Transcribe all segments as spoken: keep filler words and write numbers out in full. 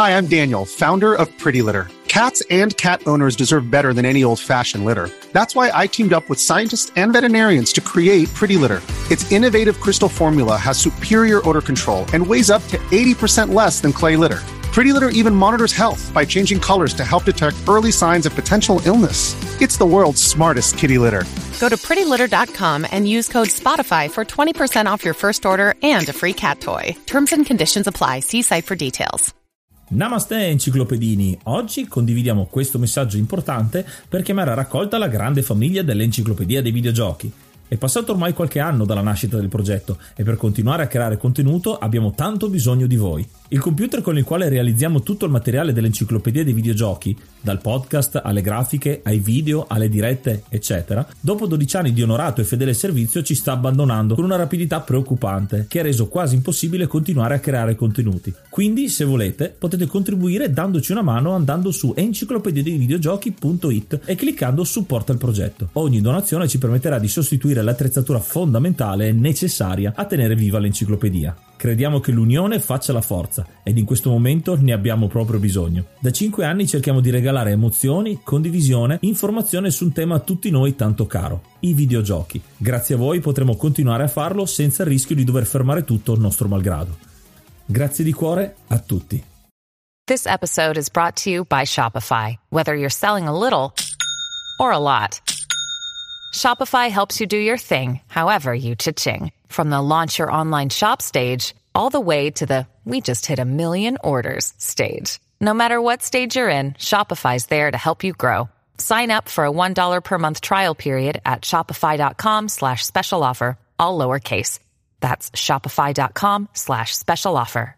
Hi, I'm Daniel, founder of Pretty Litter. Cats and cat owners deserve better than any old-fashioned litter. That's why I teamed up with scientists and veterinarians to create Pretty Litter. Its innovative crystal formula has superior odor control and weighs up to eighty percent less than clay litter. Pretty Litter even monitors health by changing colors to help detect early signs of potential illness. It's the world's smartest kitty litter. Go to pretty litter dot com and use code SPOTIFY for twenty percent off your first order and a free cat toy. Terms and conditions apply. See site for details. Namaste enciclopedini, oggi condividiamo questo messaggio importante per chiamare a raccolta la grande famiglia dell'Enciclopedia dei Videogiochi. È passato ormai qualche anno dalla nascita del progetto e per continuare a creare contenuto abbiamo tanto bisogno di voi. Il computer con il quale realizziamo tutto il materiale dell'Enciclopedia dei Videogiochi, dal podcast alle grafiche, ai video, alle dirette, eccetera, dopo dodici anni di onorato e fedele servizio ci sta abbandonando con una rapidità preoccupante che ha reso quasi impossibile continuare a creare contenuti. Quindi, se volete, potete contribuire dandoci una mano andando su enciclopedia dei videogiochi punto it e cliccando supporta il progetto. Ogni donazione ci permetterà di sostituire l'attrezzatura fondamentale e necessaria a tenere viva l'enciclopedia. Crediamo che l'unione faccia la forza ed in questo momento ne abbiamo proprio bisogno. Da cinque anni cerchiamo di regalare emozioni, condivisione, informazione su un tema a tutti noi tanto caro, i videogiochi. Grazie a voi potremo continuare a farlo senza il rischio di dover fermare tutto nostro malgrado. Grazie di cuore a tutti. This episode is brought to you by Shopify. Whether you're selling a little or a lot, Shopify helps you do your thing, however you cha-ching. From the launch your online shop stage, all the way to the we just hit a million orders stage. No matter what stage you're in, Shopify's there to help you grow. Sign up for a one dollar per month trial period at shopify.com slash special offer, all lowercase. That's shopify.com slash special offer.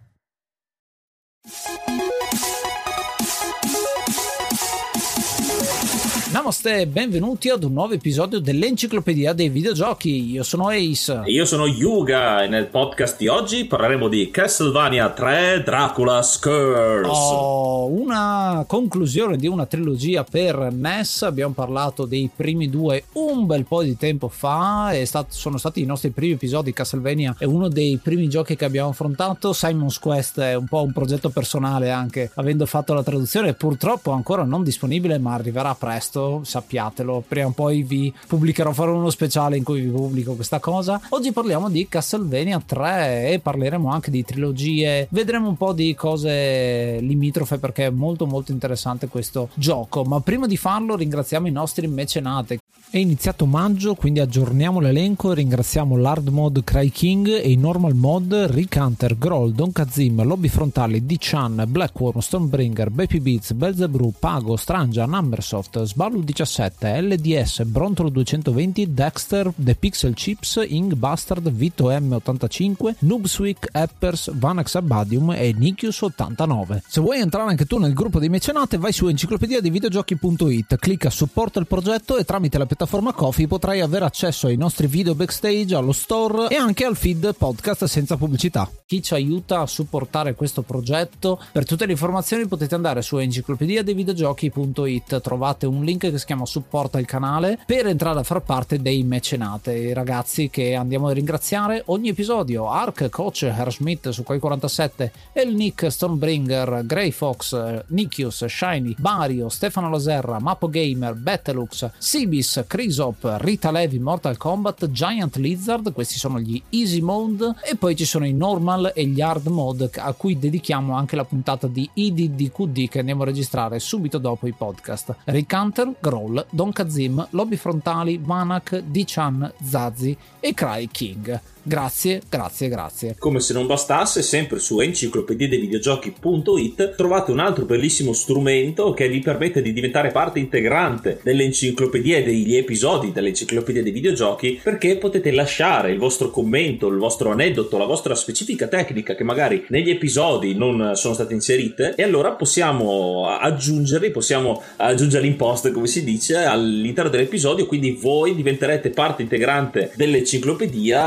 Namaste e benvenuti ad un nuovo episodio dell'Enciclopedia dei Videogiochi. Io sono Ace. E io sono Yuga e nel podcast di oggi parleremo di Castlevania tre Dracula's Curse. Oh, una conclusione di una trilogia per N E S. Abbiamo parlato dei primi due un bel po' di tempo fa. È stato, sono stati i nostri primi episodi. Castlevania è uno dei primi giochi che abbiamo affrontato. Simon's Quest è un po' un progetto personale, anche avendo fatto la traduzione, purtroppo ancora non disponibile, ma arriverà presto. Sappiatelo, prima o poi vi pubblicherò, farò uno speciale in cui vi pubblico questa cosa. Oggi parliamo di Castlevania tre e parleremo anche di trilogie, vedremo un po' di cose limitrofe perché è molto molto interessante questo gioco, ma prima di farlo ringraziamo i nostri mecenate. È iniziato maggio, quindi aggiorniamo l'elenco e ringraziamo l'hard mod Cry King e i normal mod Rick Hunter, Groll, Don Kazim, Lobby Frontali, D-Chan, Blackworm, Stonebringer, Baby Beats, Belzebrew, Pago, Strangia, Numbersoft, Sballu diciassette, L D S, Brontolo duecentoventi, Dexter, The Pixel Chips, Ing Bastard, Vito M ottantacinque, Noobswick, Eppers, Vanax Abadium e Nikius ottantanove. Se vuoi entrare anche tu nel gruppo dei mecenate, vai su enciclopedia dei videogiochi punto it, clicca supporta il progetto e tramite la piattaforma Ko-fi potrai avere accesso ai nostri video backstage, allo store e anche al feed podcast senza pubblicità. Chi ci aiuta a supportare questo progetto? Per tutte le informazioni potete andare su enciclopedia dei videogiochi punto it, trovate un link che si chiama supporta il canale per entrare a far parte dei mecenate, i ragazzi che andiamo a ringraziare ogni episodio: Ark, Coach, Herschmidt su Koi quarantasette, El Nick, Stonebringer, Grey Fox, Nikius, Shiny, Bario, Stefano Laserra, Mapo Gamer, Bettelux, Sibis, Crisop, Rita Levi, Mortal Kombat, Giant Lizard, questi sono gli easy mode, e poi ci sono i normal e gli hard mode a cui dedichiamo anche la puntata di I D D Q D che andiamo a registrare subito dopo i podcast. Rick Hunter, Groll, Don Kazim, Lobby Frontali, Vanak, D-Chan, Zazi e Cry King. Grazie, grazie, grazie. Come se non bastasse, sempre su enciclopedia dei videogiochi punto it trovate un altro bellissimo strumento che vi permette di diventare parte integrante dell'enciclopedia e degli episodi dell'enciclopedia dei videogiochi, perché potete lasciare il vostro commento, il vostro aneddoto, la vostra specifica tecnica che magari negli episodi non sono state inserite, e allora possiamo aggiungerli, possiamo aggiungerli in post, come si dice, all'interno dell'episodio, quindi voi diventerete parte integrante dell'enciclopedia e ogni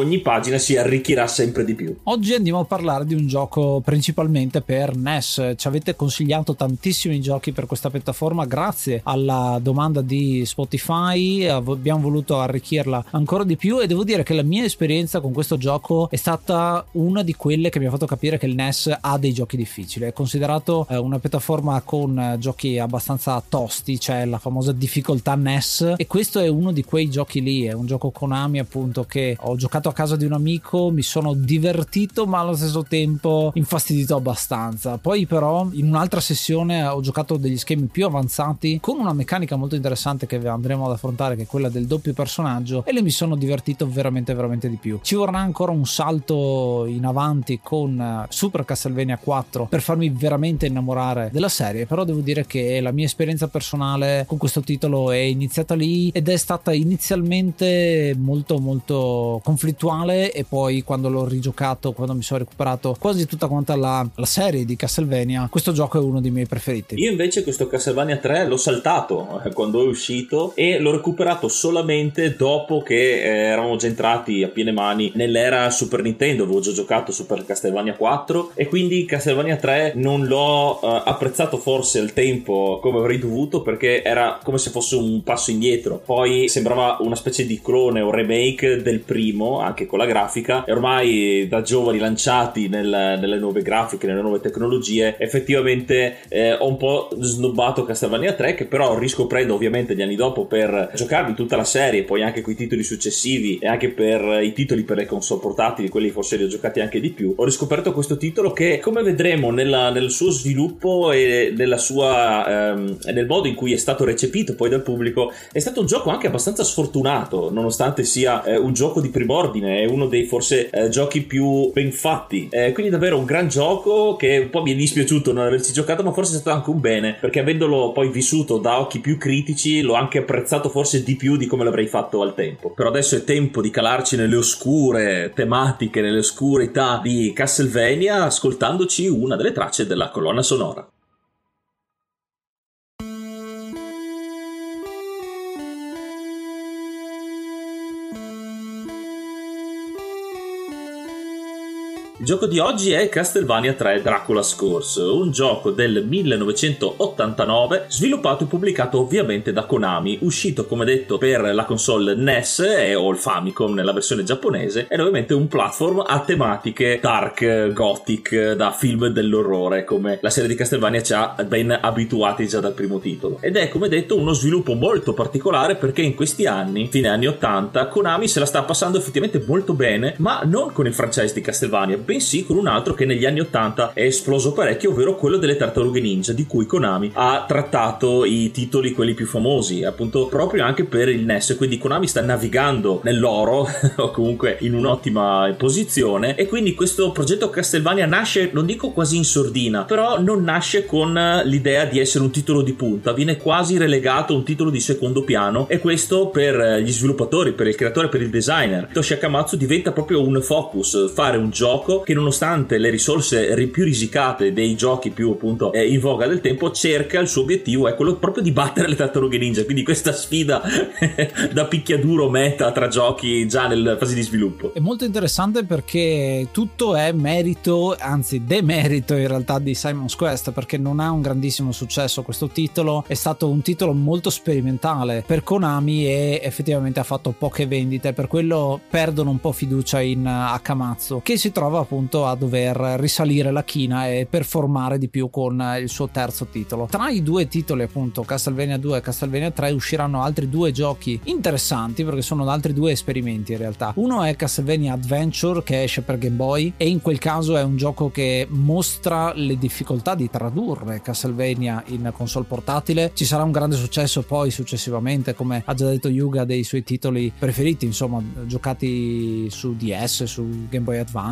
ogni pagina si arricchirà sempre di più. Oggi andiamo a parlare di un gioco principalmente per N E S. Ci avete consigliato tantissimi giochi per questa piattaforma grazie alla domanda di Spotify, abbiamo voluto arricchirla ancora di più e devo dire che la mia esperienza con questo gioco è stata una di quelle che mi ha fatto capire che il N E S ha dei giochi difficili. È considerato eh, una piattaforma con eh, giochi abbastanza tosti, c'è la famosa difficoltà N E S, e questo è uno di quei giochi lì. È un gioco Konami appunto che ho giocato a casa di un amico, mi sono divertito ma allo stesso tempo infastidito abbastanza. Poi però in un'altra sessione ho giocato degli schemi più avanzati con una meccanica molto interessante che andremo ad affrontare, che è quella del doppio personaggio, e lì mi sono divertito veramente veramente di più. Ci vorrà ancora un salto in avanti con Super Castlevania quattro per farmi veramente innamorare della serie, però devo dire che la mia esperienza personale con questo titolo è iniziata lì ed è stata inizialmente molto molto conflittuale, e poi quando l'ho rigiocato, quando mi sono recuperato quasi tutta quanta la, la serie di Castlevania, questo gioco è uno dei miei preferiti. Io invece questo Castlevania tre l'ho saltato quando è uscito e l'ho recuperato solamente dopo che eh, eravamo già entrati a piene mani nell'era Super Nintendo. Avevo già giocato Super Castlevania quattro e quindi Castlevania tre non l'ho eh, apprezzato forse al tempo come avrei dovuto, perché era come se fosse un passo indietro. Poi sembrava una specie di clone o remake del primo, anche con la grafica, e ormai da giovani lanciati nel, nelle nuove grafiche, nelle nuove tecnologie, effettivamente eh, ho un po' snobbato Castlevania tre, che però riscoprendo ovviamente gli anni dopo per giocarmi tutta la serie, poi anche coi titoli successivi e anche per i titoli per le console portatili, quelli forse li ho giocati anche di più, ho riscoperto questo titolo che, come vedremo nella, nel suo sviluppo e nella sua ehm, nel modo in cui è stato recepito poi dal pubblico, è stato un gioco anche abbastanza sfortunato, nonostante sia eh, un gioco di prim'ordine, è uno dei forse eh, giochi più ben fatti, eh, quindi davvero un gran gioco che un po' mi è dispiaciuto non averci giocato, ma forse è stato anche un bene, perché avendolo poi vissuto da occhi più critici l'ho anche apprezzato forse di più di come l'avrei fatto al tempo. Però adesso è tempo di calarci nelle oscure tematiche, nelle oscurità di Castlevania, ascoltandoci una delle tracce della colonna sonora. Il gioco di oggi è Castlevania tre Dracula's Curse, un gioco del millenovecentottantanove sviluppato e pubblicato ovviamente da Konami, uscito come detto per la console N E S e o il Famicom nella versione giapponese, ed ovviamente un platform a tematiche dark, gothic, da film dell'orrore, come la serie di Castlevania ci ha ben abituati già dal primo titolo. Ed è come detto uno sviluppo molto particolare, perché in questi anni, fine anni ottanta, Konami se la sta passando effettivamente molto bene, ma non con il franchise di Castlevania, bensì con un altro che negli anni ottanta è esploso parecchio, ovvero quello delle Tartarughe Ninja, di cui Konami ha trattato i titoli quelli più famosi, appunto proprio anche per il N E S. Quindi Konami sta navigando nell'oro o comunque in un'ottima posizione, e quindi questo progetto Castlevania nasce, non dico quasi in sordina, però non nasce con l'idea di essere un titolo di punta, viene quasi relegato a un titolo di secondo piano, e questo per gli sviluppatori, per il creatore, per il designer Hitoshi Akamatsu diventa proprio un focus, fare un gioco che nonostante le risorse più risicate dei giochi più appunto eh, in voga del tempo, cerca, il suo obiettivo è quello proprio di battere le Tartarughe Ninja, quindi questa sfida da picchiaduro meta tra giochi già nella fase di sviluppo. È molto interessante perché tutto è merito, anzi demerito in realtà, di Simon's Quest, perché non ha un grandissimo successo questo titolo, è stato un titolo molto sperimentale per Konami e effettivamente ha fatto poche vendite, per quello perdono un po' fiducia in Akamatsu, che si trova appunto a dover risalire la china e performare di più con il suo terzo titolo. Tra i due titoli appunto Castlevania due e Castlevania tre usciranno altri due giochi interessanti, perché sono altri due esperimenti in realtà. Uno è Castlevania Adventure, che esce per Game Boy, e in quel caso è un gioco che mostra le difficoltà di tradurre Castlevania in console portatile. Ci sarà un grande successo poi successivamente, come ha già detto Yuga, dei suoi titoli preferiti, insomma giocati su D S, su Game Boy Advance eccetera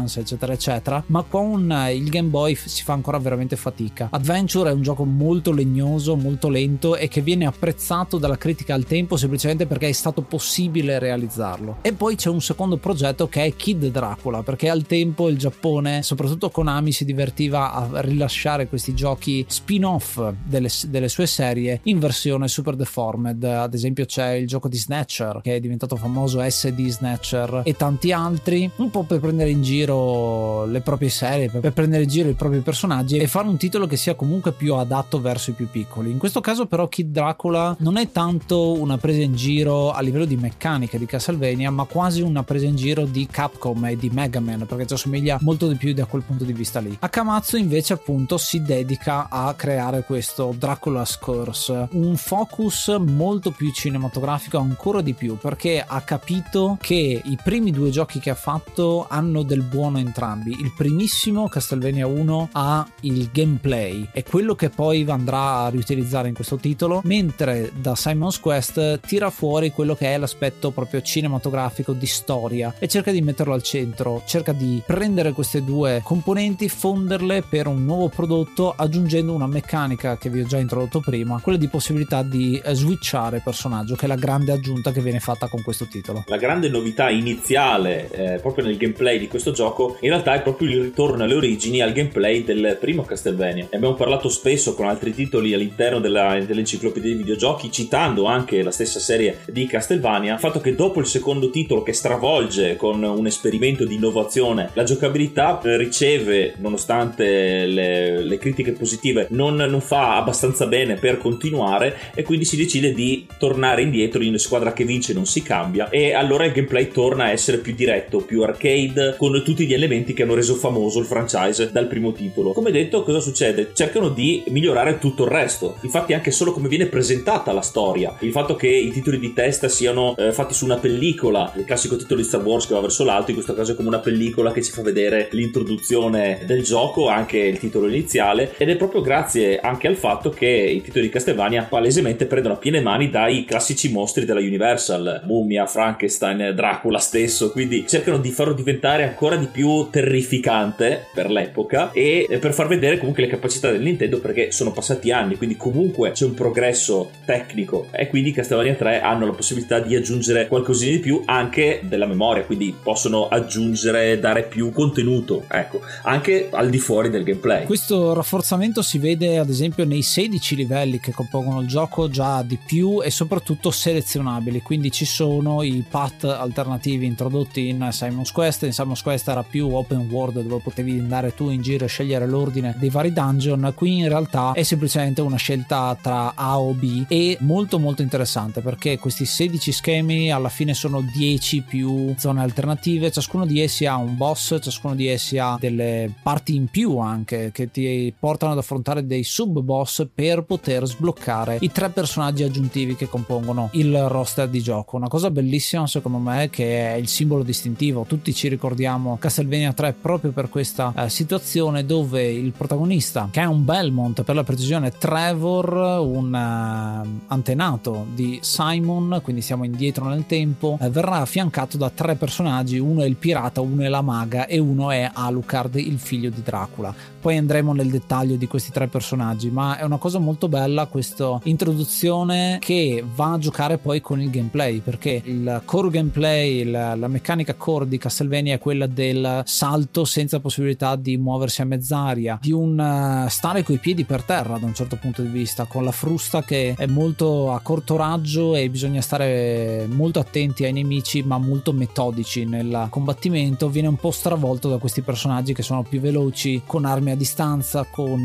eccetera eccetera, ma con il Game Boy si fa ancora veramente fatica. Adventure è un gioco molto legnoso, molto lento e che viene apprezzato dalla critica al tempo semplicemente perché è stato possibile realizzarlo. E poi c'è un secondo progetto che è Kid Dracula, perché al tempo il Giappone, soprattutto Konami, si divertiva a rilasciare questi giochi spin-off delle, delle sue serie in versione super deformed. Ad esempio c'è il gioco di Snatcher che è diventato famoso, S D Snatcher, e tanti altri, un po' per prendere in giro le proprie serie, per prendere in giro i propri personaggi e fare un titolo che sia comunque più adatto verso i più piccoli. In questo caso però Kid Dracula non è tanto una presa in giro a livello di meccanica di Castlevania, ma quasi una presa in giro di Capcom e di Mega Man, perché ci assomiglia molto di più da quel punto di vista lì. Akamatsu invece appunto si dedica a creare questo Dracula's Curse, un focus molto più cinematografico, ancora di più, perché ha capito che i primi due giochi che ha fatto hanno del buono entrambi. Il primissimo, Castlevania uno, ha il gameplay, è quello che poi andrà a riutilizzare in questo titolo, mentre da Simon's Quest tira fuori quello che è l'aspetto proprio cinematografico di storia e cerca di metterlo al centro, cerca di prendere queste due componenti, fonderle per un nuovo prodotto, aggiungendo una meccanica che vi ho già introdotto prima, quella di possibilità di switchare personaggio, che è la grande aggiunta che viene fatta con questo titolo. La grande novità iniziale eh, proprio nel gameplay di questo gioco in realtà è proprio il ritorno alle origini, al gameplay del primo Castlevania. Ne abbiamo parlato spesso con altri titoli all'interno della, dell'enciclopedia dei videogiochi, citando anche la stessa serie di Castlevania, il fatto che dopo il secondo titolo, che stravolge con un esperimento di innovazione la giocabilità, riceve, nonostante le, le critiche positive, non, non fa abbastanza bene per continuare, e quindi si decide di tornare indietro. In squadra che vince non si cambia, e allora il gameplay torna a essere più diretto, più arcade, con tutti gli elementi che hanno reso famoso il franchise dal primo titolo. Come detto, cosa succede? Cercano di migliorare tutto il resto. Infatti anche solo come viene presentata la storia, il fatto che i titoli di testa siano eh, fatti su una pellicola, il classico titolo di Star Wars che va verso l'alto, in questo caso è come una pellicola che ci fa vedere l'introduzione del gioco, anche il titolo iniziale, ed è proprio grazie anche al fatto che i titoli di Castlevania palesemente prendono a piene mani dai classici mostri della Universal, Mummia, Frankenstein, Dracula stesso, quindi cercano di farlo diventare ancora di più terrificante per l'epoca e per far vedere comunque le capacità del Nintendo, perché sono passati anni, quindi comunque c'è un progresso tecnico, e quindi Castlevania tre hanno la possibilità di aggiungere qualcosina di più anche della memoria, quindi possono aggiungere, dare più contenuto, ecco, anche al di fuori del gameplay. Questo rafforzamento si vede ad esempio nei sedici livelli che compongono il gioco, già di più e soprattutto selezionabili, quindi ci sono i path alternativi introdotti in Simon's Quest. In Simon's Quest era più open world, dove potevi andare tu in giro e scegliere l'ordine dei vari dungeon. Qui in realtà è semplicemente una scelta tra A o B, e molto molto interessante, perché questi sedici schemi alla fine sono dieci più zone alternative, ciascuno di essi ha un boss, ciascuno di essi ha delle parti in più anche che ti portano ad affrontare dei sub boss per poter sbloccare i tre personaggi aggiuntivi che compongono il roster di gioco. Una cosa bellissima secondo me, che è il simbolo distintivo. Tutti ci ricordiamo Castlevania tre proprio per questa eh, situazione, dove il protagonista, che è un Belmont per la precisione, Trevor, un uh, antenato di Simon, quindi siamo indietro nel tempo, eh, verrà affiancato da tre personaggi: uno è il pirata, uno è la maga e uno è Alucard, il figlio di Dracula. Poi andremo nel dettaglio di questi tre personaggi, ma è una cosa molto bella questa introduzione che va a giocare poi con il gameplay, perché il core gameplay, la, la meccanica core di Castlevania è quella del salto senza possibilità di muoversi a mezz'aria, di un uh, stare coi piedi per terra da un certo punto di vista, con la frusta che è molto a corto raggio e bisogna stare molto attenti ai nemici ma molto metodici nel combattimento. Viene un po' stravolto da questi personaggi che sono più veloci, con armi a distanza, con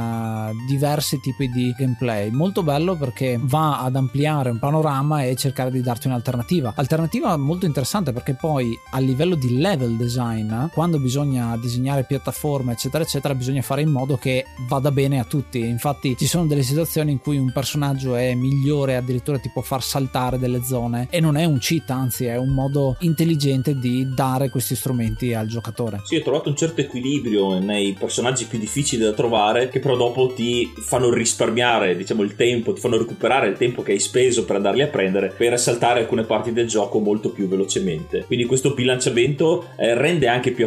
uh, diversi tipi di gameplay. Molto bello perché va ad ampliare un panorama e cercare di darti un'alternativa alternativa molto interessante, perché poi a livello di level design, quando bisogna disegnare piattaforme eccetera eccetera, bisogna fare in modo che vada bene a tutti. Infatti ci sono delle situazioni in cui un personaggio è migliore, addirittura ti può far saltare delle zone, e non è un cheat, anzi è un modo intelligente di dare questi strumenti al giocatore. Sì, ho trovato un certo equilibrio nei personaggi più difficili da trovare, che però dopo ti fanno risparmiare, diciamo, il tempo, ti fanno recuperare il tempo che hai speso per andarli a prendere, per saltare alcune parti del gioco molto più velocemente. Quindi questo bilanciamento eh, rende anche più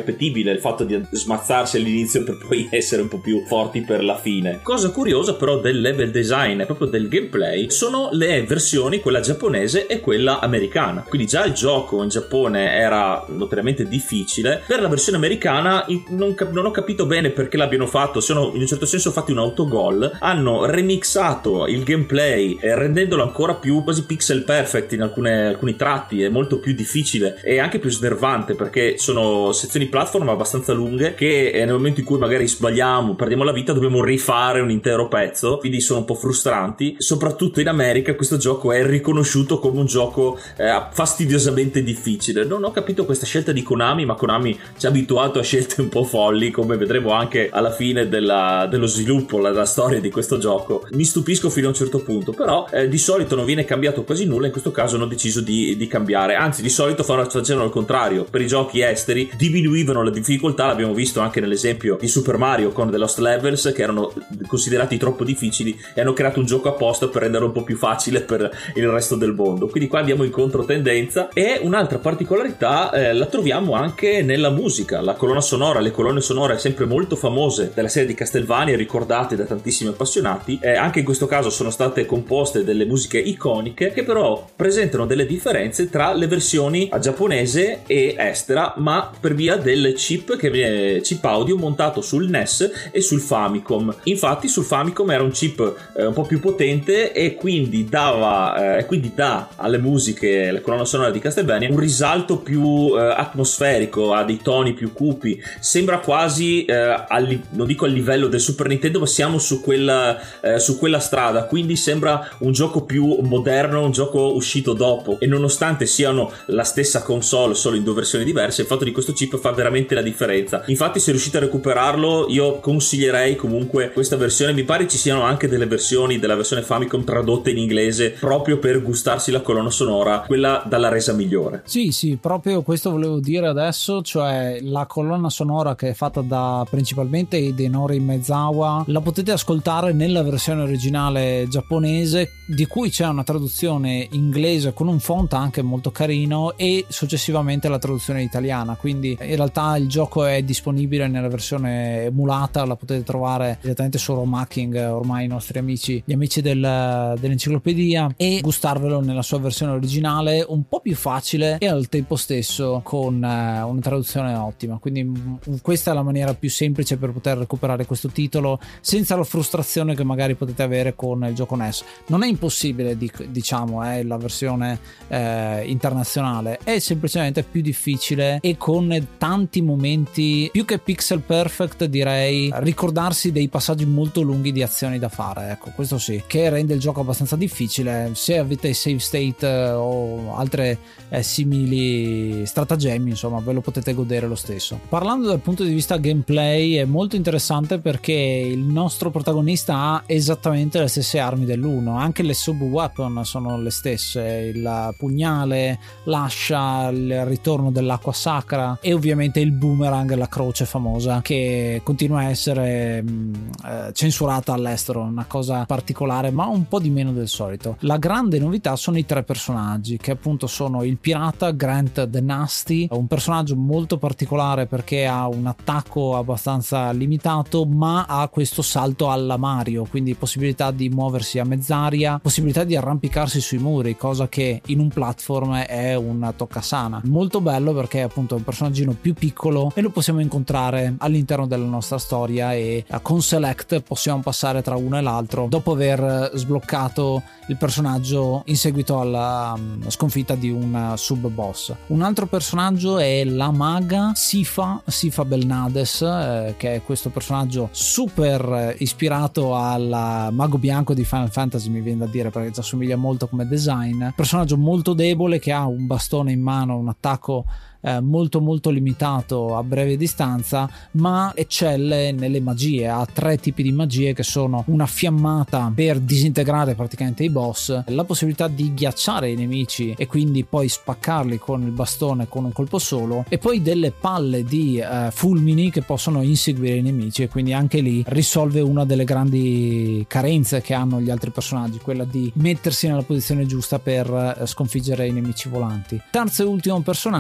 ripetibile il fatto di smazzarsi all'inizio per poi essere un po' più forti per la fine. Cosa curiosa però del level design e proprio del gameplay sono le versioni, quella giapponese e quella americana. Quindi già il gioco in Giappone era notoriamente difficile, per la versione americana non, cap- non ho capito bene perché l'abbiano fatto, sono in un certo senso fatti un autogol, hanno remixato il gameplay eh, rendendolo ancora più quasi pixel perfect in alcune, alcuni tratti, è molto più difficile e anche più snervante perché sono sezioni platform abbastanza lunghe che eh, nel momento in cui magari sbagliamo, perdiamo la vita, dobbiamo rifare un intero pezzo, quindi sono un po' frustranti. Soprattutto in America questo gioco è riconosciuto come un gioco eh, fastidiosamente difficile. Non ho capito questa scelta di Konami, ma Konami ci ha abituato a scelte un po' folli, come vedremo anche alla fine della, dello sviluppo, la, la storia di questo gioco. Mi stupisco fino a un certo punto, però eh, di solito non viene cambiato quasi nulla, in questo caso hanno deciso di, di cambiare, anzi di solito facevano al contrario, per i giochi esteri diminuivano la difficoltà, l'abbiamo visto anche nell'esempio di Super Mario con The Lost Levels che erano considerati troppo difficili e hanno creato un gioco apposta per renderlo un po' più facile per il resto del mondo. Quindi qua andiamo in controtendenza. E un'altra particolarità eh, la troviamo anche nella musica, la colonna sonora, le colonne sonore sempre molto famose della serie di Castlevania, ricordate da tantissimi appassionati, eh, anche in questo caso sono state composte delle musiche iconiche che però presentano delle differenze tra le versioni a giapponese e estera, ma per via del chip che viene chip audio montato sul N E S e sul Famicom. Infatti sul Famicom era un chip eh, un po' più potente e quindi dava eh, quindi dà alle musiche, alle colonne sonore di Castlevania un risalto più eh, atmosferico, ha dei toni più cupi, sembra quasi eh, al, non dico al livello del Super Nintendo, ma siamo su quella eh, su quella strada, quindi sembra un gioco più moderno, un gioco uscito dopo. E nonostante siano la stessa console solo in due versioni diverse, il fatto di questo chip fa veramente la differenza. Infatti se riuscite a recuperarlo io consiglierei comunque questa versione. Mi pare ci siano anche delle versioni della versione Famicom tradotte in inglese proprio per gustarsi la colonna sonora, quella dalla resa migliore. Sì sì, proprio questo volevo dire adesso, cioè la colonna sonora che è fatta da principalmente Hidenori Maezawa la potete ascoltare nella versione originale giapponese, di cui c'è una traduzione inglese con un font anche molto carino, e successivamente la traduzione italiana. Quindi in realtà il gioco è disponibile nella versione emulata, la potete trovare direttamente su ROM hacking, ormai i nostri amici, gli amici del, dell'enciclopedia, e gustarvelo nella sua versione originale un po' più facile e al tempo stesso con eh, una traduzione ottima. Quindi m- questa è la maniera più semplice per poter recuperare questo titolo senza la frustrazione che magari potete avere con il gioco N E S. Non è impossibile, dic- diciamo, è eh, la versione eh, internazionale, è semplicemente più difficile e con tanti momenti più che pixel perfect, direi ricordarsi dei passaggi molto lunghi di azioni da fare, ecco, questo sì, che rende il gioco abbastanza difficile. Se avete save state eh, o altre eh, simili stratagemmi, insomma, ve lo potete godere lo stesso. Parlando dal punto di vista gameplay è molto interessante perché il nostro protagonista ha esattamente le stesse armi dell'uno, anche le sub weapon sono le stesse, il pugnale, l'ascia, il ritorno dell'acqua sacra e ovviamente il boomerang, la croce famosa che continua a essere mh, eh, censurata all'estero, una cosa particolare ma un po' di meno del solito. La grande novità sono i tre personaggi, che appunto sono il pirata Grant the Nasty, un personaggio molto particolare perché ha un attacco abbastanza limitato ma ha questo salto alla Mario, quindi possibilità di muoversi a mezz'aria, possibilità di arrampicarsi sui muri, cosa che in un platform è un toccasana. Molto bello perché appunto è un personaggino più piccolo e lo possiamo incontrare all'interno della nostra storia, e con select possiamo passare tra uno e l'altro dopo aver sbloccato il personaggio in seguito alla sconfitta di un sub boss. Un altro personaggio è la maga Sifa Sifa Belnades, eh, che è questo personaggio super ispirato al mago bianco di Final Fantasy, mi viene da dire, perché ci assomiglia molto come design. Personaggio molto debole che ha un bastone in mano, un attacco Eh, molto molto limitato a breve distanza, ma eccelle nelle magie. Ha tre tipi di magie che sono una fiammata per disintegrare praticamente i boss, la possibilità di ghiacciare i nemici e quindi poi spaccarli con il bastone con un colpo solo, e poi delle palle di eh, fulmini che possono inseguire i nemici, e quindi anche lì risolve una delle grandi carenze che hanno gli altri personaggi, quella di mettersi nella posizione giusta per eh, sconfiggere i nemici volanti. Terzo e ultimo personaggio è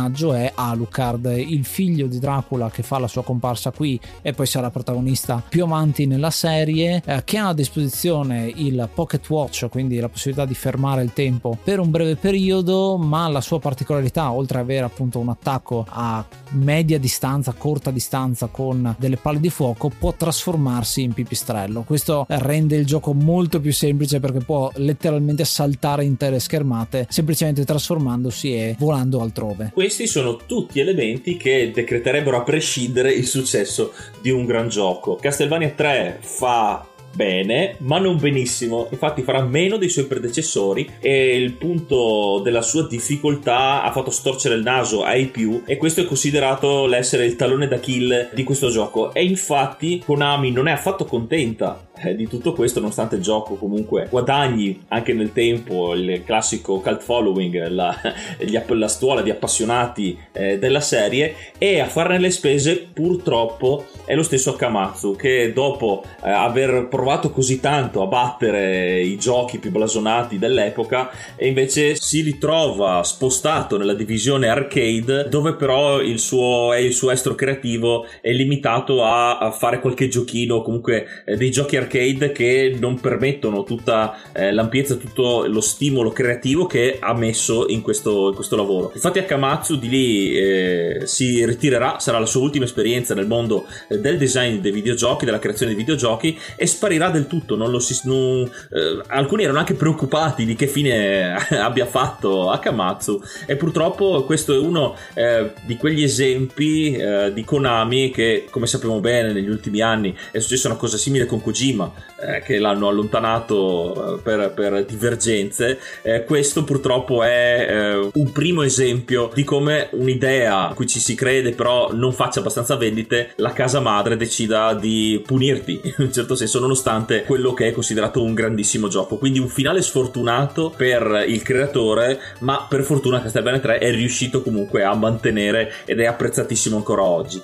è Alucard, il figlio di Dracula che fa la sua comparsa qui e poi sarà protagonista più avanti nella serie, eh, che ha a disposizione il Pocket Watch, quindi la possibilità di fermare il tempo per un breve periodo, ma la sua particolarità, oltre ad avere appunto un attacco a media distanza, corta distanza con delle palle di fuoco, può trasformarsi in pipistrello. Questo rende il gioco molto più semplice perché può letteralmente saltare intere schermate semplicemente trasformandosi e volando altrove. Questi sono tutti elementi che decreterebbero a prescindere il successo di un gran gioco. Castlevania tre fa bene, ma non benissimo, infatti farà meno dei suoi predecessori e il punto della sua difficoltà ha fatto storcere il naso ai più, e questo è considerato l'essere il tallone d'Achille di questo gioco. E infatti Konami non è affatto contenta eh, di tutto questo, nonostante il gioco comunque guadagni anche nel tempo il classico cult following, la, gli, la stuola di appassionati eh, della serie, e a farne le spese purtroppo è lo stesso Akamatsu, che dopo eh, aver provato così tanto a battere i giochi più blasonati dell'epoca, e invece si ritrova spostato nella divisione arcade, dove però il suo, è il suo estro creativo è limitato a, a fare qualche giochino, comunque eh, dei giochi arcade che non permettono tutta eh, l'ampiezza, tutto lo stimolo creativo che ha messo in questo, in questo lavoro. Infatti Akamatsu di lì eh, si ritirerà, sarà la sua ultima esperienza nel mondo eh, del design dei videogiochi, della creazione dei videogiochi, e sparirà del tutto. Non lo si, non, eh, alcuni erano anche preoccupati di che fine abbia fatto Akamatsu, e purtroppo questo è uno eh, di quegli esempi eh, di Konami che, come sappiamo bene, negli ultimi anni è successa una cosa simile con Kojima, eh, che l'hanno allontanato eh, per, per divergenze. Eh, questo purtroppo è eh, un primo esempio di come un'idea a cui ci si crede però non faccia abbastanza vendite, la casa madre decida di punirti in un certo senso, nonostante quello che è considerato un grandissimo gioco. Quindi un finale sfortunato per il creatore, ma per fortuna Castlevania tre è riuscito comunque a mantenere ed è apprezzatissimo ancora oggi.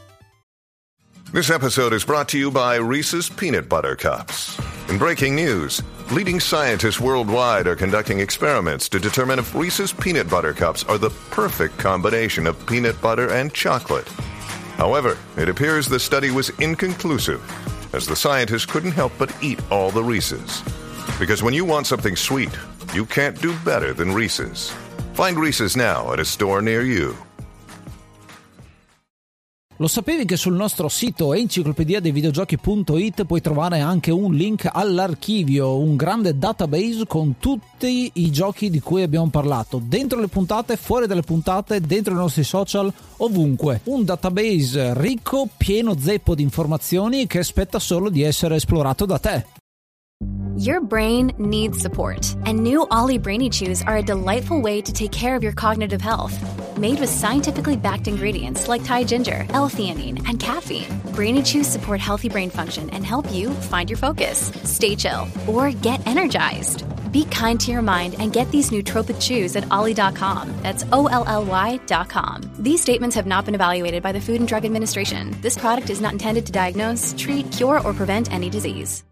This episode is brought to you by Reese's Peanut Butter Cups. In breaking news, leading scientists worldwide are conducting experiments to determine if Reese's Peanut Butter Cups are the perfect combination of peanut butter and chocolate. However, it appears the study was inconclusive, as the scientists couldn't help but eat all the Reese's. Because when you want something sweet, you can't do better than Reese's. Find Reese's now at a store near you. Lo sapevi che sul nostro sito enciclopedia dei videogiochi punto it puoi trovare anche un link all'archivio, un grande database con tutti i giochi di cui abbiamo parlato, dentro le puntate, fuori dalle puntate, dentro i nostri social, ovunque. Un database ricco, pieno zeppo di informazioni che aspetta solo di essere esplorato da te. Your brain needs support, and new Ollie Brainy Chews are a delightful way to take care of your cognitive health. Made with scientifically backed ingredients like Thai ginger, L-theanine, and caffeine, Brainy Chews support healthy brain function and help you find your focus, stay chill, or get energized. Be kind to your mind and get these nootropic chews at ollie dot com. That's O L L Y dot com. These statements have not been evaluated by the Food and Drug Administration. This product is not intended to diagnose, treat, cure, or prevent any disease.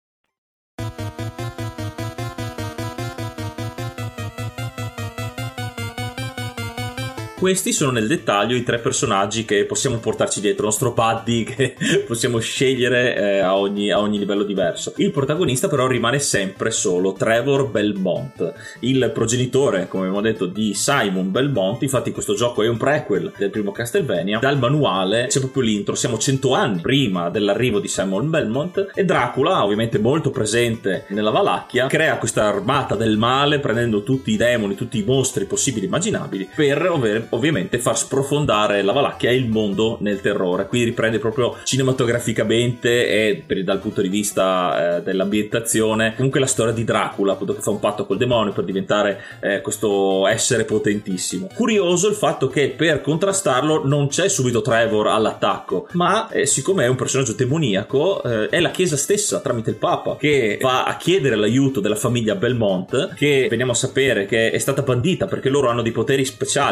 Questi sono nel dettaglio i tre personaggi che possiamo portarci dietro, il nostro buddy che possiamo scegliere eh, a, ogni, a ogni livello diverso. Il protagonista però rimane sempre solo Trevor Belmont, il progenitore, come abbiamo detto, di Simon Belmont. Infatti questo gioco è un prequel del primo Castlevania. Dal manuale c'è proprio l'intro, siamo cento anni prima dell'arrivo di Simon Belmont, e Dracula, ovviamente molto presente nella Valacchia, crea questa armata del male prendendo tutti i demoni, tutti i mostri possibili e immaginabili per ov- ovviamente far sprofondare la Valacchia e il mondo nel terrore. Quindi riprende proprio cinematograficamente e per, dal punto di vista eh, dell'ambientazione comunque la storia di Dracula, appunto, che fa un patto col demonio per diventare eh, questo essere potentissimo. Curioso il fatto che per contrastarlo non c'è subito Trevor all'attacco, ma eh, siccome è un personaggio demoniaco eh, è la chiesa stessa tramite il Papa che va a chiedere l'aiuto della famiglia Belmont, che veniamo a sapere che è stata bandita perché loro hanno dei poteri speciali, sono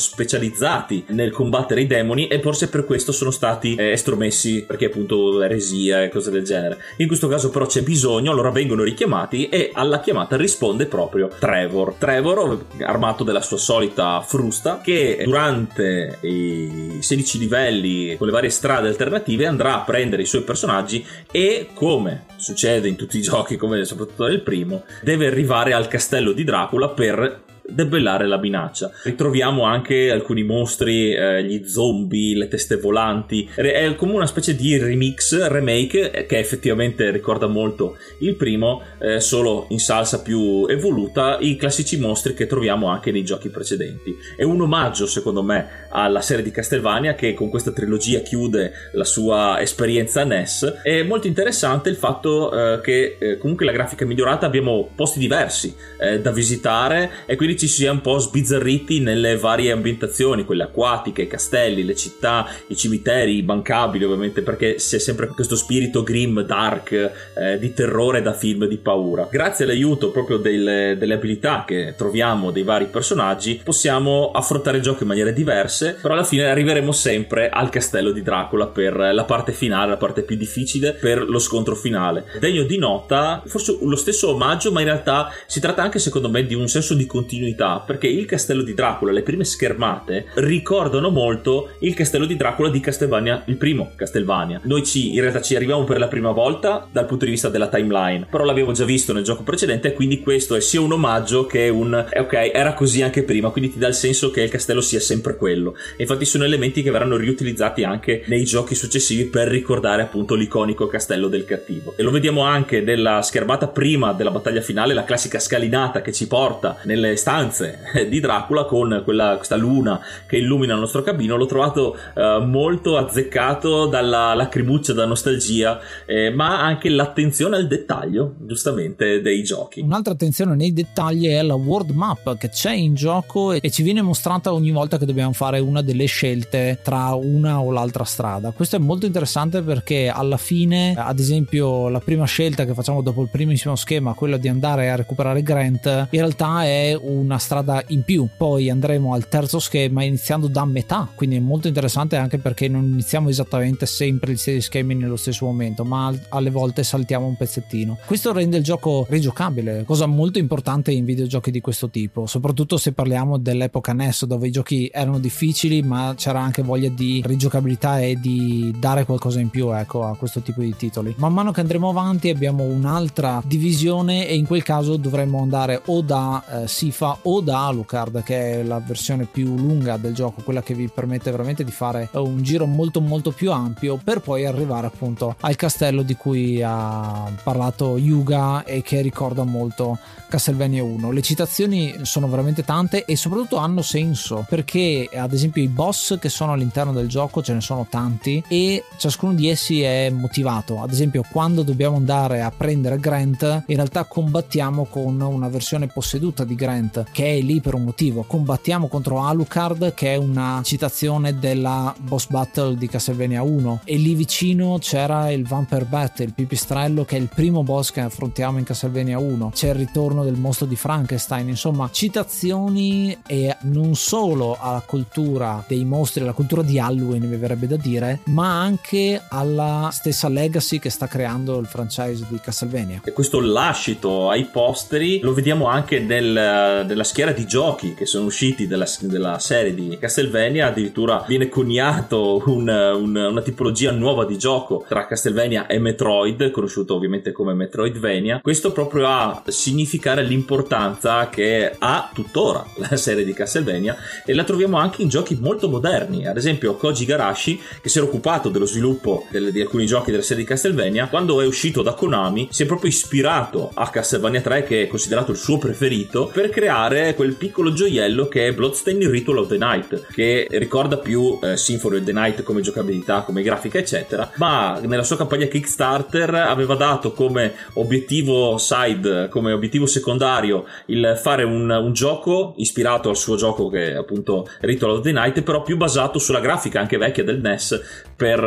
specializzati nel combattere i demoni e forse per questo sono stati eh, estromessi, perché appunto eresia e cose del genere. In questo caso però c'è bisogno, allora vengono richiamati e alla chiamata risponde proprio Trevor. Trevor, armato della sua solita frusta, che durante i sedici livelli con le varie strade alternative andrà a prendere i suoi personaggi e, come succede in tutti i giochi, come soprattutto nel primo, deve arrivare al castello di Dracula per debellare la minaccia. Ritroviamo anche alcuni mostri, eh, gli zombie, le teste volanti. È come una specie di remix, remake, che effettivamente ricorda molto il primo, eh, solo in salsa più evoluta, i classici mostri che troviamo anche nei giochi precedenti. È un omaggio, secondo me, alla serie di Castlevania, che con questa trilogia chiude la sua esperienza N E S. È molto interessante il fatto eh, che eh, comunque la grafica è migliorata, abbiamo posti diversi eh, da visitare e quindi ci si è un po' sbizzarriti nelle varie ambientazioni, quelle acquatiche, i castelli, le città, i cimiteri, i bancabili, ovviamente, perché c'è sempre questo spirito grim, dark, eh, di terrore da film di paura. Grazie all'aiuto proprio delle, delle abilità che troviamo dei vari personaggi possiamo affrontare il gioco in maniere diverse, però alla fine arriveremo sempre al castello di Dracula per la parte finale, la parte più difficile, per lo scontro finale. Degno di nota, forse lo stesso omaggio, ma in realtà si tratta anche, secondo me, di un senso di continuità, perché il castello di Dracula, le prime schermate ricordano molto il castello di Dracula di Castlevania, il primo Castlevania. Noi ci in realtà ci arriviamo per la prima volta dal punto di vista della timeline, però l'avevo già visto nel gioco precedente, e quindi questo è sia un omaggio che un eh, ok, era così anche prima, quindi ti dà il senso che il castello sia sempre quello. E infatti sono elementi che verranno riutilizzati anche nei giochi successivi per ricordare appunto l'iconico castello del cattivo. E lo vediamo anche nella schermata prima della battaglia finale, la classica scalinata che ci porta nelle stanze di Dracula con quella, questa luna che illumina il nostro cabino. L'ho trovato eh, molto azzeccato dalla lacrimuccia, da nostalgia, eh, ma anche l'attenzione al dettaglio, giustamente, dei giochi. Un'altra attenzione nei dettagli è la world map che c'è in gioco e ci viene mostrata ogni volta che dobbiamo fare una delle scelte tra una o l'altra strada. Questo è molto interessante perché alla fine, ad esempio, la prima scelta che facciamo dopo il primissimo schema, quella di andare a recuperare Grant, in realtà è una strada in più. Poi andremo al terzo schema iniziando da metà, quindi è molto interessante anche perché non iniziamo esattamente sempre i sei schemi nello stesso momento, ma alle volte saltiamo un pezzettino. Questo rende il gioco rigiocabile, cosa molto importante in videogiochi di questo tipo, soprattutto se parliamo dell'epoca N E S, dove i giochi erano difficili ma c'era anche voglia di rigiocabilità e di dare qualcosa in più, ecco, a questo tipo di titoli. Man mano che andremo avanti abbiamo un'altra divisione e in quel caso dovremmo andare o da eh, Sifa o da Alucard, che è la versione più lunga del gioco, quella che vi permette veramente di fare un giro molto molto più ampio per poi arrivare appunto al castello di cui ha parlato Yuga e che ricorda molto Castlevania uno. Le citazioni sono veramente tante e soprattutto hanno senso, perché ad esempio i boss che sono all'interno del gioco ce ne sono tanti e ciascuno di essi è motivato. Ad esempio, quando dobbiamo andare a prendere Grant, in realtà combattiamo con una versione posseduta di Grant che è lì per un motivo. Combattiamo contro Alucard, che è una citazione della boss battle di Castlevania uno, e lì vicino c'era il Vampire Bat, il pipistrello, che è il primo boss che affrontiamo in Castlevania uno. C'è il ritorno del mostro di Frankenstein. Insomma, citazioni e non solo alla cultura dei mostri, alla cultura di Halloween mi verrebbe da dire, ma anche alla stessa legacy che sta creando il franchise di Castlevania. E questo lascito ai posteri lo vediamo anche nel, nella schiera di giochi che sono usciti della, della serie di Castlevania. Addirittura viene coniato un, un, una tipologia nuova di gioco tra Castlevania e Metroid, conosciuto ovviamente come Metroidvania. Questo proprio a significare l'importanza che ha tuttora la serie di Castlevania, e la troviamo anche in giochi molto moderni. Ad esempio Koji Igarashi, che si era occupato dello sviluppo del, di alcuni giochi della serie di Castlevania, quando è uscito da Konami si è proprio ispirato a Castlevania tre, che è considerato il suo preferito, per creare quel piccolo gioiello che è Bloodstained Ritual of the Night, che ricorda più eh, Symphony of the Night come giocabilità, come grafica eccetera, ma nella sua campagna Kickstarter aveva dato come obiettivo side, come obiettivo secondario, il fare un, un gioco ispirato al suo gioco che è appunto Ritual of the Night, però più basato sulla grafica anche vecchia del N E S, per,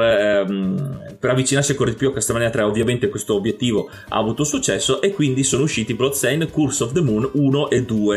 ehm, per avvicinarsi ancora di più a Castlevania tre. Ovviamente questo obiettivo ha avuto successo e quindi sono usciti Bloodstained, Curse of the Moon uno e due,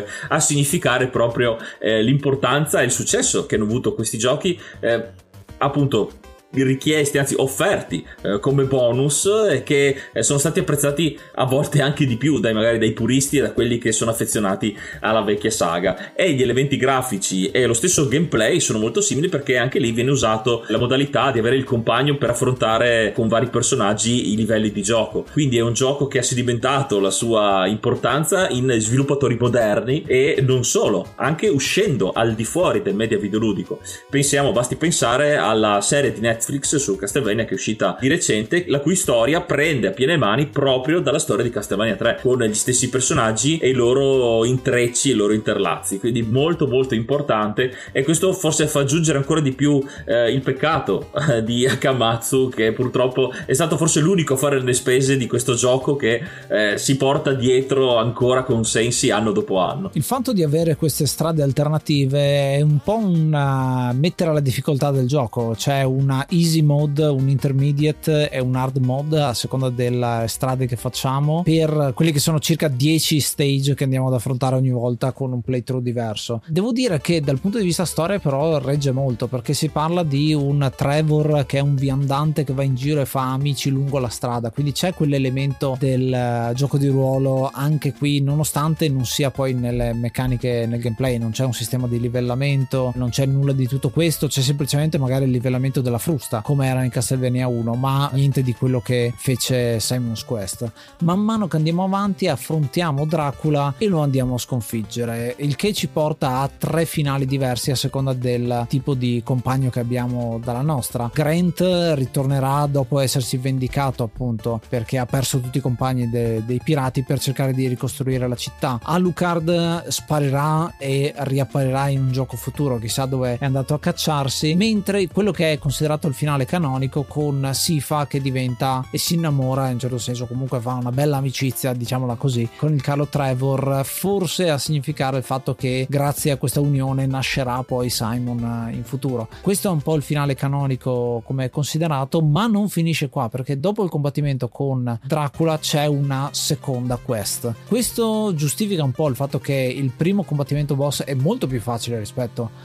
serve a significare proprio eh, l'importanza e il successo che hanno avuto questi giochi, eh, appunto richiesti, anzi offerti eh, come bonus, e che eh, sono stati apprezzati a volte anche di più dai magari dai puristi e da quelli che sono affezionati alla vecchia saga. E gli elementi grafici e lo stesso gameplay sono molto simili, perché anche lì viene usato la modalità di avere il compagno per affrontare con vari personaggi i livelli di gioco. Quindi è un gioco che ha sedimentato la sua importanza in sviluppatori moderni, e non solo, anche uscendo al di fuori del media videoludico. Pensiamo, basti pensare alla serie di Netflix su Castlevania che è uscita di recente, la cui storia prende a piene mani proprio dalla storia di Castlevania tre, con gli stessi personaggi e i loro intrecci e i loro interlazzi. Quindi molto molto importante, e questo forse fa aggiungere ancora di più eh, il peccato eh, di Akamatsu, che purtroppo è stato forse l'unico a fare le spese di questo gioco, che eh, si porta dietro ancora consensi anno dopo anno. Il fatto di avere queste strade alternative è un po' una mettere alla difficoltà del gioco. C'è una easy mode, un intermediate e un hard mode a seconda delle strade che facciamo, per quelli che sono circa dieci stage che andiamo ad affrontare ogni volta con un playthrough diverso. Devo dire che dal punto di vista storia però regge molto, perché si parla di un Trevor che è un viandante che va in giro e fa amici lungo la strada, quindi c'è quell'elemento del gioco di ruolo anche qui, nonostante non sia poi nelle meccaniche, nel gameplay. Non c'è un sistema di livellamento, non c'è nulla di tutto questo, c'è semplicemente magari il livellamento della frusta come era in Castlevania uno, ma niente di quello che fece Simon's Quest. Man mano che andiamo avanti affrontiamo Dracula e lo andiamo a sconfiggere, il che ci porta a tre finali diversi a seconda del tipo di compagno che abbiamo dalla nostra. Grant ritornerà dopo essersi vendicato, appunto perché ha perso tutti i compagni de- dei pirati, per cercare di ricostruire la città. Alucard sparirà e riapparirà in un gioco futuro, chissà dove è andato a cacciarsi, mentre quello che è considerato il finale canonico con Sifa che diventa e si innamora, in un certo senso comunque fa una bella amicizia, diciamola così, con il caro Trevor, forse a significare il fatto che grazie a questa unione nascerà poi Simon in futuro. Questo è un po' il finale canonico come è considerato, ma non finisce qua, perché dopo il combattimento con Dracula c'è una seconda quest. Questo giustifica un po' il fatto che il primo combattimento boss è molto più facile rispetto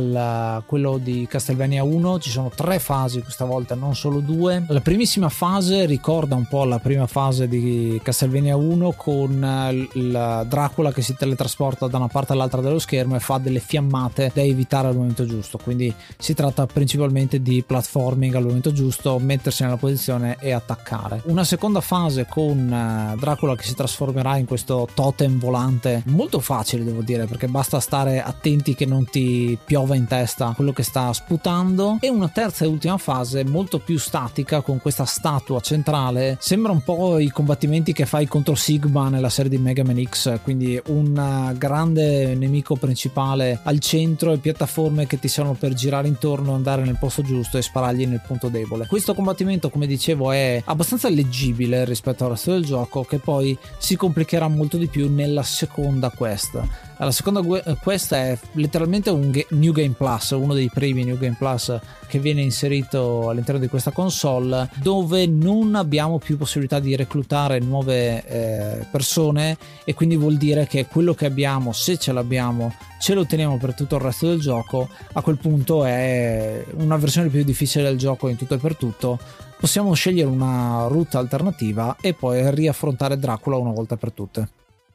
al quello di Castlevania uno. Ci sono tre fasi questa volta, non solo due. La primissima fase ricorda un po' la prima fase di Castlevania uno, con il Dracula che si teletrasporta da una parte all'altra dello schermo e fa delle fiammate da evitare al momento giusto, quindi si tratta principalmente di platforming al momento giusto, mettersi nella posizione e attaccare. Una seconda fase con Dracula che si trasformerà in questo totem volante, molto facile devo dire, perché basta stare attenti che non ti piova in testa quello che sta sputando. E una terza e ultima fase molto più statica, con questa statua centrale. Sembra un po' i combattimenti che fai contro Sigma nella serie di Mega Man X, quindi un grande nemico principale al centro e piattaforme che ti servono per girare intorno, andare nel posto giusto e sparargli nel punto debole. Questo combattimento, come dicevo, è abbastanza leggibile rispetto al resto del gioco, che poi si complicherà molto di più nella seconda quest. La seconda quest è letteralmente un New Game Plus, uno dei primi New Game Plus che viene inserito all'interno di questa console, dove non abbiamo più possibilità di reclutare nuove eh, persone, e quindi vuol dire che quello che abbiamo, se ce l'abbiamo, ce lo teniamo per tutto il resto del gioco. A quel punto è una versione più difficile del gioco in tutto e per tutto. Possiamo scegliere una route alternativa e poi riaffrontare Dracula una volta per tutte.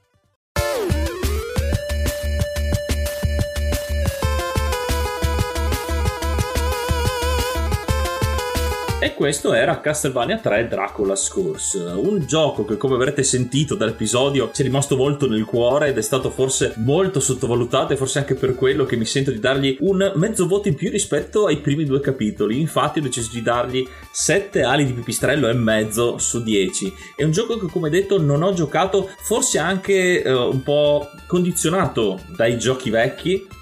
E questo era Castlevania tre Dracula's Curse, un gioco che, come avrete sentito dall'episodio, ci è rimasto molto nel cuore ed è stato forse molto sottovalutato, e forse anche per quello che mi sento di dargli un mezzo voto in più rispetto ai primi due capitoli. Infatti ho deciso di dargli sette ali di pipistrello e mezzo su dieci. È un gioco che, come detto, non ho giocato, forse anche eh, un po' condizionato dai giochi vecchi,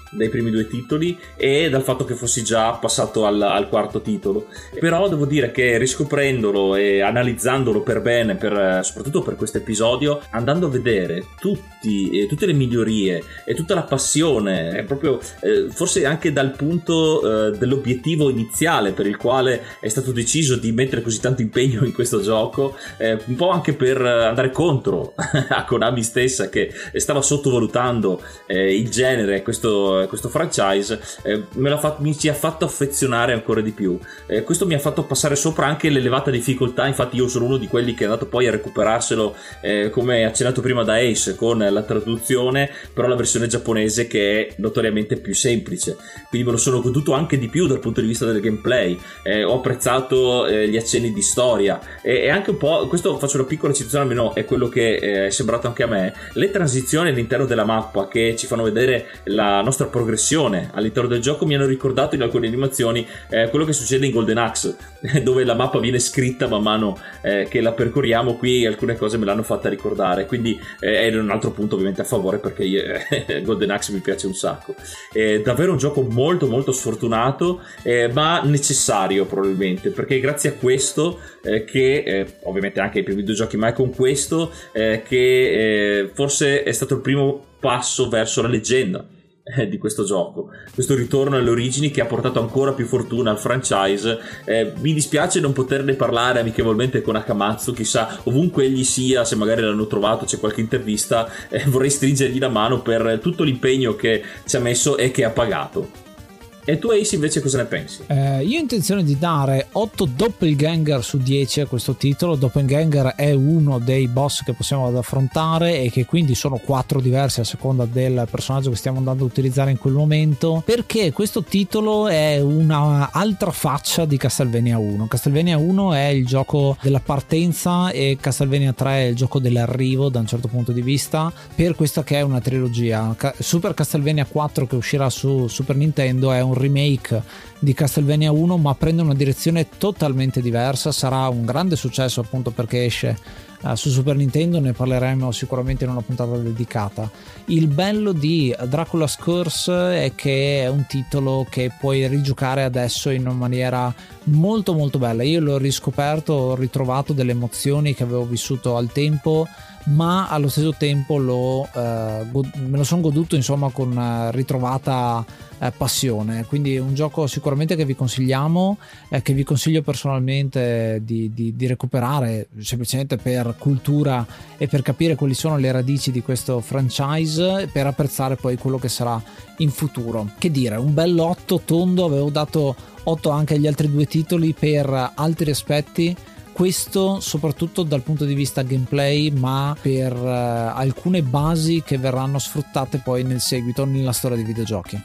dai primi due titoli e dal fatto che fossi già passato al, al quarto titolo. Però devo dire che riscoprendolo e analizzandolo per bene, per, soprattutto per questo episodio, andando a vedere tutti, eh, tutte le migliorie e tutta la passione, è proprio eh, forse anche dal punto eh, dell'obiettivo iniziale per il quale è stato deciso di mettere così tanto impegno in questo gioco, eh, un po' anche per andare contro a Konami stessa, che stava sottovalutando eh, il genere, questo, questo franchise, eh, me l'ha fatto, mi ci ha fatto affezionare ancora di più. Eh, questo mi ha fatto passare sopra anche l'elevata difficoltà. Infatti io sono uno di quelli che è andato poi a recuperarselo, eh, come accennato prima da Ace, con la traduzione, però la versione giapponese, che è notoriamente più semplice, quindi me lo sono goduto anche di più dal punto di vista del gameplay. Eh, ho apprezzato eh, gli accenni di storia e, e anche un po', questo faccio una piccola citazione, almeno è quello che eh, è sembrato anche a me, le transizioni all'interno della mappa che ci fanno vedere la nostra progressione all'interno del gioco mi hanno ricordato in alcune animazioni eh, quello che succede in Golden Axe, dove la mappa viene scritta man mano eh, che la percorriamo. Qui alcune cose me l'hanno fatta ricordare, quindi eh, è un altro punto ovviamente a favore, perché io, eh, Golden Axe mi piace un sacco. È davvero un gioco molto molto sfortunato, eh, ma necessario probabilmente, perché grazie a questo eh, che eh, ovviamente anche ai primi videogiochi, ma è con questo eh, che eh, forse è stato il primo passo verso la leggenda di questo gioco, questo ritorno alle origini che ha portato ancora più fortuna al franchise. Eh, mi dispiace non poterne parlare amichevolmente con Akamatsu, chissà, ovunque egli sia, se magari l'hanno trovato, c'è qualche intervista, eh, vorrei stringergli la mano per tutto l'impegno che ci ha messo e che ha pagato. E tu Ace invece cosa ne pensi? Eh, io ho intenzione di dare otto doppelganger su dieci a questo titolo. Doppelganger è uno dei boss che possiamo affrontare e che quindi sono quattro diversi a seconda del personaggio che stiamo andando a utilizzare in quel momento, perché questo titolo è una altra faccia di Castlevania uno. Castlevania uno è il gioco della partenza e Castlevania tre è il gioco dell'arrivo da un certo punto di vista, per questa che è una trilogia. Super Castlevania quattro, che uscirà su Super Nintendo, è un remake di Castlevania uno, ma prende una direzione totalmente diversa. Sarà un grande successo appunto perché esce uh, su Super Nintendo, ne parleremo sicuramente in una puntata dedicata. Il bello di Dracula's Curse è che è un titolo che puoi rigiocare adesso in una maniera molto molto bella. Io l'ho riscoperto, ho ritrovato delle emozioni che avevo vissuto al tempo, ma allo stesso tempo lo, eh, god- me lo sono goduto insomma con uh, ritrovata eh, passione. Quindi è un gioco sicuramente che vi consigliamo, eh, che vi consiglio personalmente di, di, di recuperare, semplicemente per cultura e per capire quali sono le radici di questo franchise, per apprezzare poi quello che sarà in futuro. Che dire, un bel otto tondo. Avevo dato otto anche agli altri due titoli per altri aspetti, questo soprattutto dal punto di vista gameplay, ma per uh, alcune basi che verranno sfruttate poi nel seguito nella storia dei videogiochi.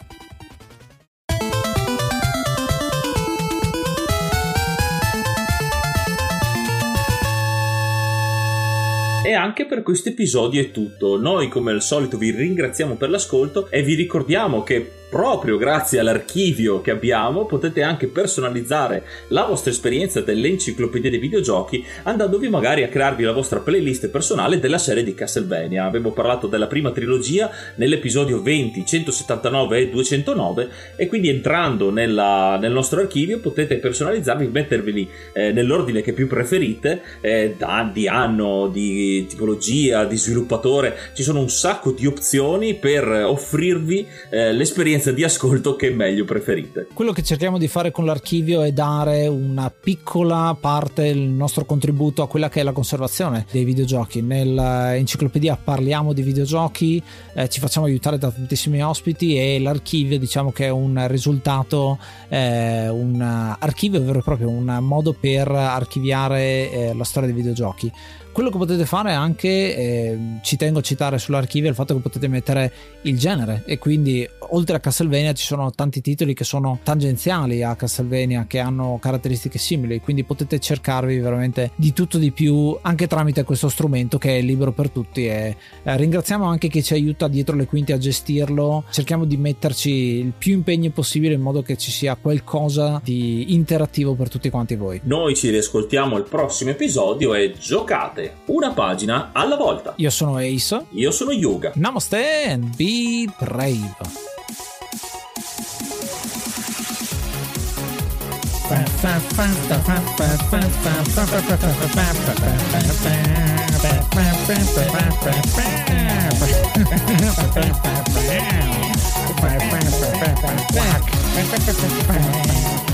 E anche per questo episodio è tutto. Noi come al solito vi ringraziamo per l'ascolto e vi ricordiamo che proprio grazie all'archivio che abbiamo potete anche personalizzare la vostra esperienza dell'enciclopedia dei videogiochi, andandovi magari a crearvi la vostra playlist personale della serie di Castlevania. Abbiamo parlato della prima trilogia nell'episodio venti, centosettantanove e duecentonove, e quindi entrando nella, nel nostro archivio potete personalizzarvi, metterveli eh, nell'ordine che più preferite, eh, da, di anno, di tipologia, di sviluppatore. Ci sono un sacco di opzioni per offrirvi eh, l'esperienza di ascolto che meglio preferite. Quello che cerchiamo di fare con l'archivio è dare una piccola parte del nostro contributo a quella che è la conservazione dei videogiochi. Nell'enciclopedia parliamo di videogiochi, eh, ci facciamo aiutare da tantissimi ospiti, e l'archivio diciamo che è un risultato, eh, un archivio vero e proprio, un modo per archiviare eh, la storia dei videogiochi. Quello che potete fare anche, eh, ci tengo a citare sull'archivio, il fatto che potete mettere il genere, e quindi oltre a Castlevania ci sono tanti titoli che sono tangenziali a Castlevania, che hanno caratteristiche simili, quindi potete cercarvi veramente di tutto di più anche tramite questo strumento che è libero per tutti. E eh, ringraziamo anche chi ci aiuta dietro le quinte a gestirlo. Cerchiamo di metterci il più impegno possibile in modo che ci sia qualcosa di interattivo per tutti quanti voi. Noi ci riascoltiamo al prossimo episodio e giocate una pagina alla volta. Io sono Ace. Io sono Yuga. Namaste and be brave. Quack.